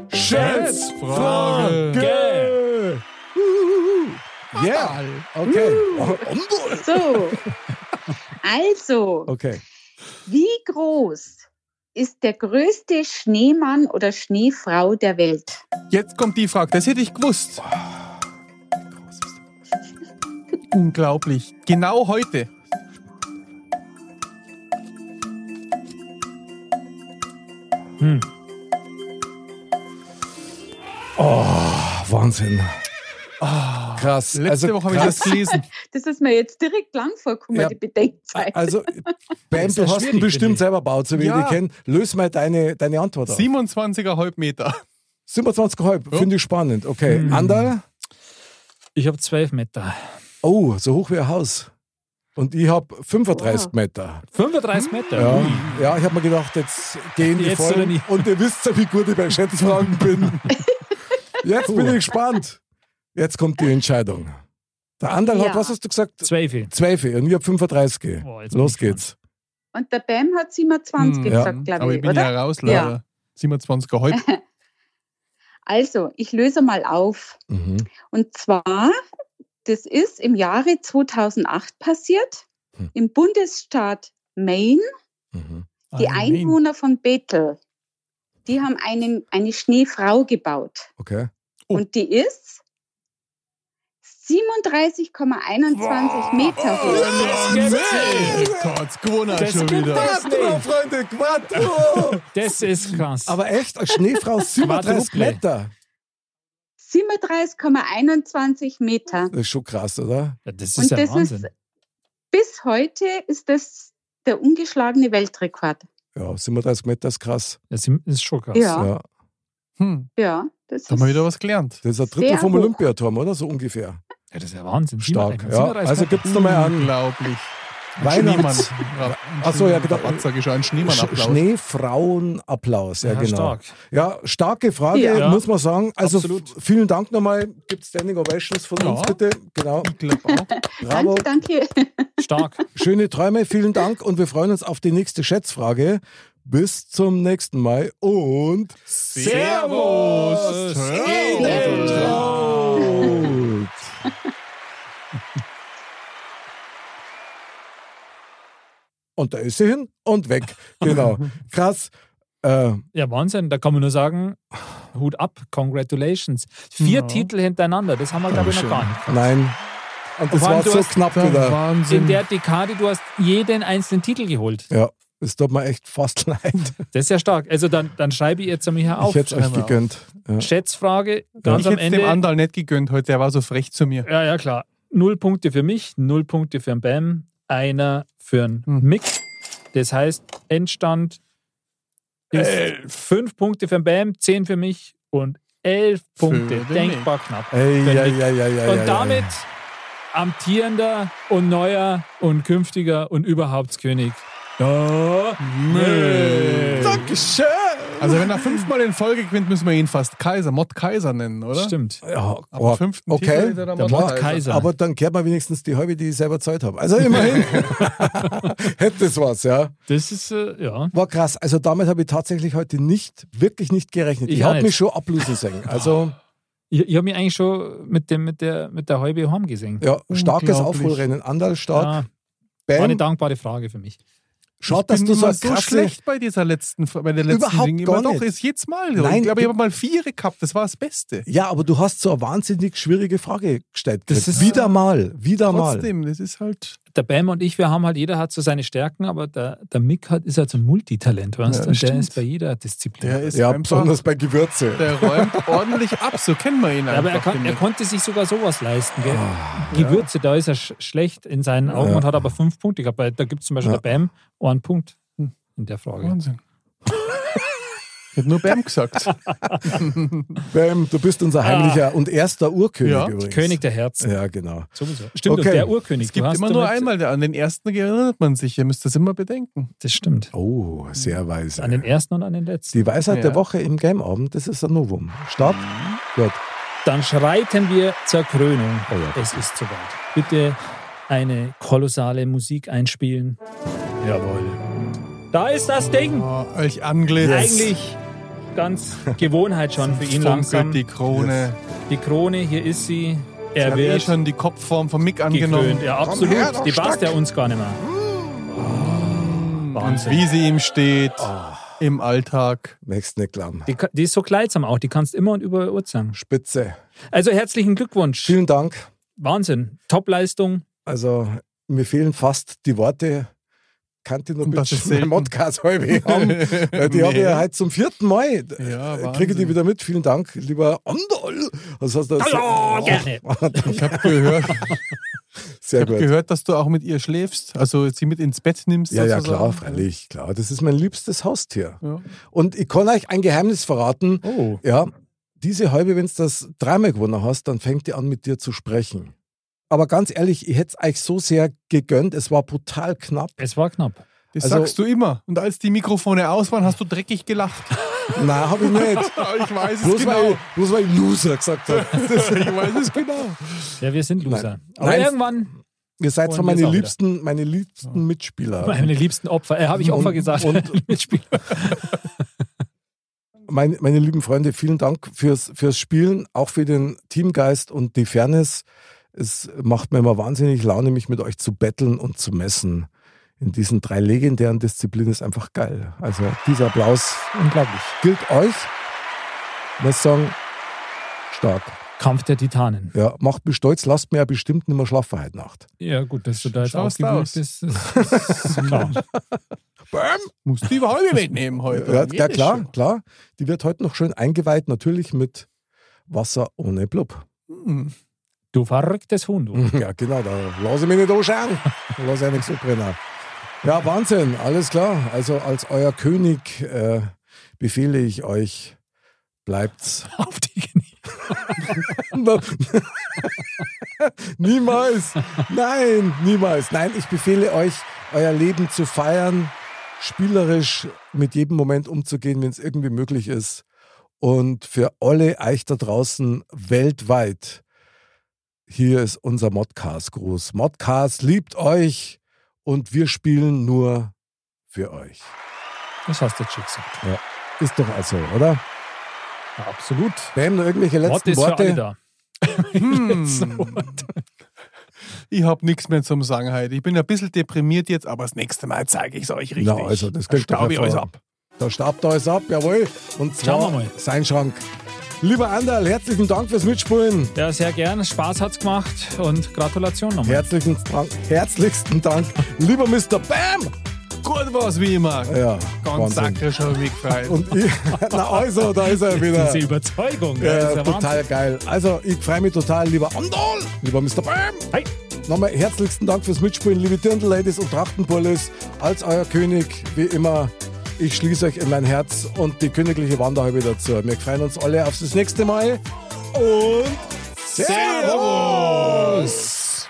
Schätzfrage. Ja, yeah. Okay. So. Also, Okay. wie groß ist der größte Schneemann oder Schneefrau der Welt? Jetzt kommt die Frage, das hätte ich gewusst. Unglaublich. Genau heute. Hm. Wahnsinn. Krass. Letzte also, Woche habe ich krass. das gelesen. Das ist mir jetzt direkt lang vorgekommen, Ja. die Bedenkzeit. Also, Bam, ist du ja hast ihn schwierig, bestimmt finde ich. selber gebaut, so wie Ja. ich dich kenne. Löse mal deine, deine Antwort auf. siebenundzwanzig Komma fünf Meter. siebenundzwanzig Komma fünf. Ja. Finde ich spannend. Okay. Hm. Anderl? Ich habe zwölf Meter. Oh, so hoch wie ein Haus. Und ich habe fünfunddreißig Wow. Meter. fünfunddreißig Meter? Ja, Ui. ja ich habe mir gedacht, jetzt gehen die Jetzt oder Folgen. nie. Und ihr wisst ja, wie gut ich bei Schätzfragen bin. Jetzt bin ich gespannt. Jetzt kommt die Entscheidung. Der Anderl hat, Ja. was hast du gesagt? zwölf. zwölf und ich habe fünfunddreißig. Oh, jetzt Los bin ich geht's. Und der Bam hat siebenundzwanzig Hm, gesagt, ja. glaube Aber ich, ich bin oder? ja raus, leider. siebenundzwanzig Komma fünf. Also, ich löse mal auf. Mhm. Und zwar, das ist im Jahre zweitausendacht passiert, Hm. im Bundesstaat Maine. Mhm. Die Amen. Einwohner von Bethel, die haben einen, eine Schneefrau gebaut. Okay. Oh. Und die ist siebenunddreißig Komma einundzwanzig Meter hoch. Das gibt's nicht. Gott, gewonnen Das schon gibt wieder. es Quattro, nicht. Freunde, Quattro! Das ist krass. Aber echt, eine Schneefrau siebenunddreißig Quadruple. Meter. siebenunddreißig Komma einundzwanzig Meter. Das ist schon krass, oder? ja, das ist Und ja das Wahnsinn. ist, bis heute ist das der ungeschlagene Weltrekord. Ja, siebenunddreißig Meter ist krass. Das ist schon krass. Ja. Ja. Hm, Ja, das da haben wir ist wieder was gelernt. Das ist ein Drittel Sehr vom hoch. Olympiaturm, oder? So ungefähr. Ja, das ist ja Wahnsinn. Stark. siebenunddreißig, Ja. siebenunddreißig Also Meter. gibt's nochmal an. Unglaublich. Weihnachts- Schneemann. Ach so, ja, genau. Sag ich schon, ein Sch Schneemann-Applaus. Schneefrauenapplaus, ja, Ja, genau. stark. Ja, starke Frage, Ja. muss man sagen. Also Absolut. f- vielen Dank nochmal. Gibt Standing Ovations von Ja. uns bitte. Genau. Ich glaube auch. Bravo. Danke, danke. Stark. Schöne Träume, vielen Dank und wir freuen uns auf die nächste Schätzfrage. Bis zum nächsten Mal und Servus. Edeltraut. Und da ist sie hin und weg. Genau. Krass. Äh, Ja, Wahnsinn. Da kann man nur sagen, Hut ab, congratulations. Vier Ja. Titel hintereinander, das haben wir, glaube ich, noch gar nicht. nein. Und das Vor allem, war du so hast- knapp Der wieder. In Wahnsinn. der Dekade, du hast jeden einzelnen Titel geholt. Ja, es tut mir echt fast leid. Das ist ja stark. Also dann, dann schreibe ich jetzt einmal hier Ich auf. hätte es euch Schreiben wir gegönnt. Ja. Schätzfrage, ganz ich am hätte dem Ende. Andal nicht gegönnt heute, der war so frech zu mir. Ja, ja, klar. Null Punkte für mich, null Punkte für den Bam, einer für den Hm. Mick. Das heißt, Endstand ist fünf Punkte für den Bam, zehn für mich und elf Punkte. den Denkbar knapp. Ey, Für den ja, Mick. ja, ja, ja, Und ja, damit ja. amtierender und neuer und künftiger und überhauptskönig. Da Dankeschön. Also wenn er fünfmal in Folge gewinnt, müssen wir ihn fast Kaiser, Mod Kaiser nennen, oder? Stimmt. Ja, Am oh, fünften okay. Titel ist er der Der Mod Mod Kaiser. Aber dann kehrt man wenigstens die halbe, die ich selber gezahlt habe. Also immerhin. Hätte es was, ja. Das ist, äh, ja. War krass. Also damit habe ich tatsächlich heute nicht, wirklich nicht gerechnet. Ich, Ich auch habe nicht. mich schon ablösen sehen. Also Ich, ich habe mich eigentlich schon mit, dem, mit, der, mit der halbe Heim gesehen. ja, starkes Unglaublich. Aufholrennen. Andal stark. Ja, war eine Bam. dankbare Frage für mich. Schaut, ich dass bin du so immer eine so krasse... schlecht bei dieser letzten, bei der letzten Überhaupt Ding. gar Immer doch, nicht. ist jetzt mal so. Nein, ich glaube, ich du- habe mal vier gehabt, das war das Beste. Ja, aber du hast so eine wahnsinnig schwierige Frage gestellt. Das Chris. ist- wieder mal, wieder mal. Trotzdem, das ist halt... der Bam und ich, wir haben halt, jeder hat so seine Stärken, aber der, der Mick hat, ist halt so ein Multitalent, weißt Ja, du? Und der stimmt. ist bei jeder Disziplin. Der ist Ja, einfach, besonders bei Gewürze. der räumt ordentlich ab, so kennen wir ihn Ja, einfach. aber er, kann, finde er ich. konnte sich sogar sowas leisten. Gell? Ah, Gewürze, da ist er sch schlecht in seinen Augen Ja. und hat aber fünf Punkte gehabt. Weil Da gibt es zum Beispiel Ja. der Bam einen Punkt in der Frage. Wahnsinn. Ich hätte nur Bam gesagt. Bam, du bist unser heimlicher und erster Urkönig Ja. übrigens. König der Herzen. Ja, genau. Sowieso. Stimmt, Okay. und der Urkönig. Es gibt du hast immer nur damit- einmal, an den ersten erinnert man sich. Ihr müsst das immer bedenken. Das stimmt. Oh, sehr weise. An den ersten und an den letzten. Die Weisheit Ja. der Woche im Gameabend, das ist ein Novum. Start? Gut. Dann schreiten wir zur Krönung. Oh ja. Es ist soweit. Bitte eine kolossale Musik einspielen. Jawohl. Da ist das Ding. Oh, euch anglitzt. Eigentlich ganz Gewohnheit schon für ihn langsam. Funkelt die Krone. Die Krone, hier ist sie. Er Er hat eh wird schon die Kopfform von Mick angenommen. gekrönt. Ja, absolut. her, doch Die passt stark. ja uns gar nicht mehr. Und Wahnsinn. wie sie ihm steht im Alltag. Nächst nicht lang. Die, die ist so kleidsam auch. Die kannst immer und überall sagen. Spitze. Also herzlichen Glückwunsch. Vielen Dank. Wahnsinn. Top-Leistung. Also, mir fehlen fast die Worte. Kannte nur Und das bitte ist meinen selten. Podcast halb haben. Weil die Nee. habe ich ja heute zum vierten Mal. Ja, Äh, Kriege Wahnsinn. die wieder mit. Vielen Dank, lieber Andal. Was hast du jetzt? Hallo, gerne. Ich habe gehört, Sehr ich hab gut. gehört, dass du auch mit ihr schläfst. Also sie mit ins Bett nimmst. Ja, ja, sozusagen. klar, freilich, klar. Das ist mein liebstes Haustier. Ja. Und ich kann euch ein Geheimnis verraten. Oh. Ja, diese Halbe, wenn du das dreimal gewonnen hast, dann fängt die an, mit dir zu sprechen. Aber ganz ehrlich, ich hätte es euch so sehr gegönnt. Es war brutal knapp. Es war knapp. Das Also- sagst du immer. Und als die Mikrofone aus waren, hast du dreckig gelacht. Nein, habe ich nicht. Ich weiß es Bloß, genau. weil, bloß weil ich Loser gesagt habe. Das, Ich weiß es genau. Ja, wir sind Loser. Nein. Aber Nein. irgendwann ihr seid Wollen von wir meine jetzt auch liebsten, meine liebsten Mitspieler. meine liebsten Opfer. Äh, habe ich Opfer Und- gesagt. und- Mitspieler. Meine, meine lieben Freunde, vielen Dank fürs, fürs Spielen, auch für den Teamgeist und die Fairness. Es macht mir immer wahnsinnig Laune, mich mit euch zu betteln und zu messen. In diesen drei legendären Disziplinen ist einfach geil. Also dieser Applaus Unglaublich. gilt euch. Ich muss sagen, stark. Kampf der Titanen. Ja, macht mich stolz, lasst mir ja bestimmt nicht mehr schlafen heute Nacht. Ja, gut, dass du da jetzt Schaust ausgewählt aus. bist, das ist klar. Bam! Musst du die halbe mitnehmen heute. Ja, Geht ja das klar, schon? klar. Die wird heute noch schön eingeweiht, natürlich mit Wasser ohne Blub. Hm. Du verrücktes Hund. du. Ja, genau, da lasse ich mich nicht anschauen. Da lasse ich nichts abbrennen. Ja, Wahnsinn, alles klar. Also als euer König äh, befehle ich euch, bleibt's. Auf die Knie. Niemals. Nein, niemals. Nein, ich befehle euch, euer Leben zu feiern, spielerisch mit jedem Moment umzugehen, wenn es irgendwie möglich ist. Und für alle euch da draußen weltweit, hier ist unser Modcast-Gruß. Modcast liebt euch und wir spielen nur für euch. Das hast du jetzt schon gesagt. Ja, ist doch also, oder? Ja, absolut. Bam, noch irgendwelche Wort letzten ist für alle Worte? da. Hm. Ich habe nichts mehr zum Sagen heute. Ich bin ein bisschen deprimiert jetzt, aber das nächste Mal zeige ich es euch richtig. Na, also, das klingt doch Staub ich alles hervor- ab. Da staubt alles ab, jawohl. Und zwar Schauen wir mal. sein Schrank. Lieber Anderl, herzlichen Dank fürs Mitspielen. Ja, sehr gern. Spaß hat's gemacht und Gratulation nochmal. Herzlichen Dank, herzlichsten Dank, lieber Mister Bam. Gut war's wie immer. Ja, Ganz Wahnsinn. sakrisch habe ich mich gefreut. Und ich, na also, da ist er wieder. Diese Überzeugung. Ja, Ja, das ist ja total Wahnsinn. geil. Also, ich freue mich total, lieber Andal, lieber Mister Bam. Hi. Nochmal herzlichsten Dank fürs Mitspielen, liebe Dirndl-Ladies und Trachtenpullis. Als euer König, wie immer, ich schließe euch in mein Herz und die königliche Wanderhalbe dazu. Wir freuen uns alle aufs das nächste Mal und Servus!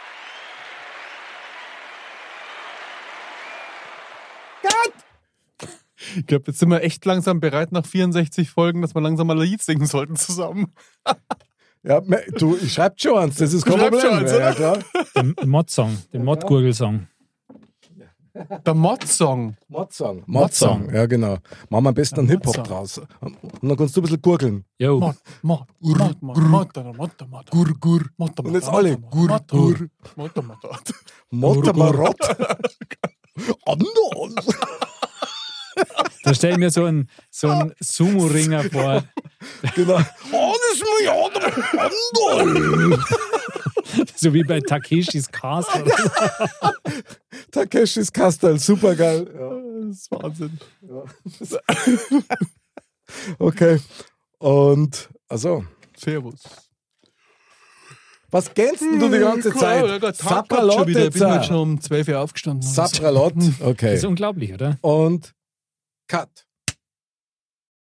Ich glaube, jetzt sind wir echt langsam bereit nach vierundsechzig Folgen, dass wir langsam mal ein Lied singen sollten zusammen. Ja, me- du, ich schreib schon eins, das ist kein Du schreibst Problem. schon Ja, eins, ja, klar. Den Mod-Song, den Mod-Gurgel-Song. Der Mod-Song. Mod-Song. Mod-Song. Mod-Song, ja genau. Machen wir am besten einen Hip-Hop Mod-Song. draus. Und dann kannst du ein bisschen gurgeln. Jo. Mod, Mod, Mod, Mod, Mod, Mod, Mod, Mod. Gur, gur. Mod, Und jetzt alle. Gur, Mod, gur. Mod, Mod, Mod. Mottermarott. Anders. Da stell ich mir so einen, so einen Sumo-Ringer vor. Genau. Alles Milliarden. Anders. So wie bei Takeshis Castle. Takeshis Castle, super geil. Ja. Das ist Wahnsinn. Ja. Okay. Und, also. Servus. Was gähnst denn du die ganze Zeit? Sapralot wieder. Ich bin heute schon um zwölf Uhr aufgestanden. Sapralot, okay. Das ist unglaublich, oder? Und Cut.